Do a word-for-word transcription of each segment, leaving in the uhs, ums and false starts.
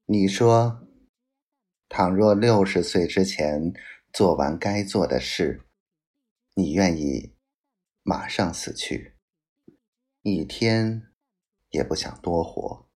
你说，倘若六十岁之前做完该做的事，你愿意马上死去，一天也不想多活。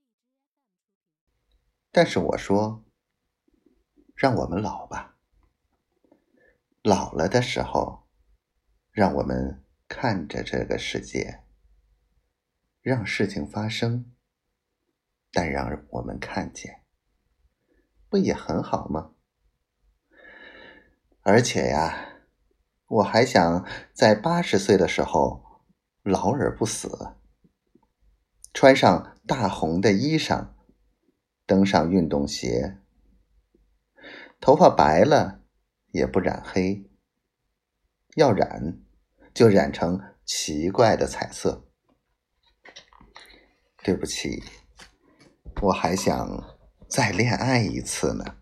但是我说，让我们老吧，老了的时候，让我们看着这个世界，让事情发生，但让我们看见，不也很好吗？而且呀，我还想在八十岁的时候老而不死，穿上大红的衣裳，登上运动鞋，头发白了也不染黑，要染就染成奇怪的彩色。对不起，我还想再恋爱一次呢。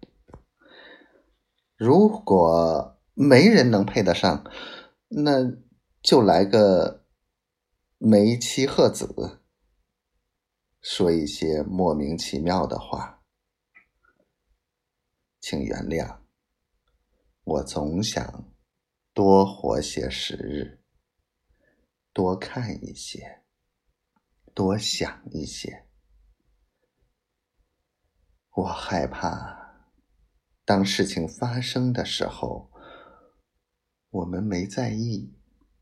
如果没人能配得上，那就来个梅妻鹤子，说一些莫名其妙的话。请原谅，我总想多活些时日，多看一些，多想一些。我害怕当事情发生的时候，我们没在意，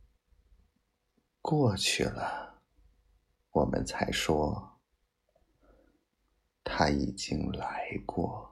过去了，我们才说他已经来过。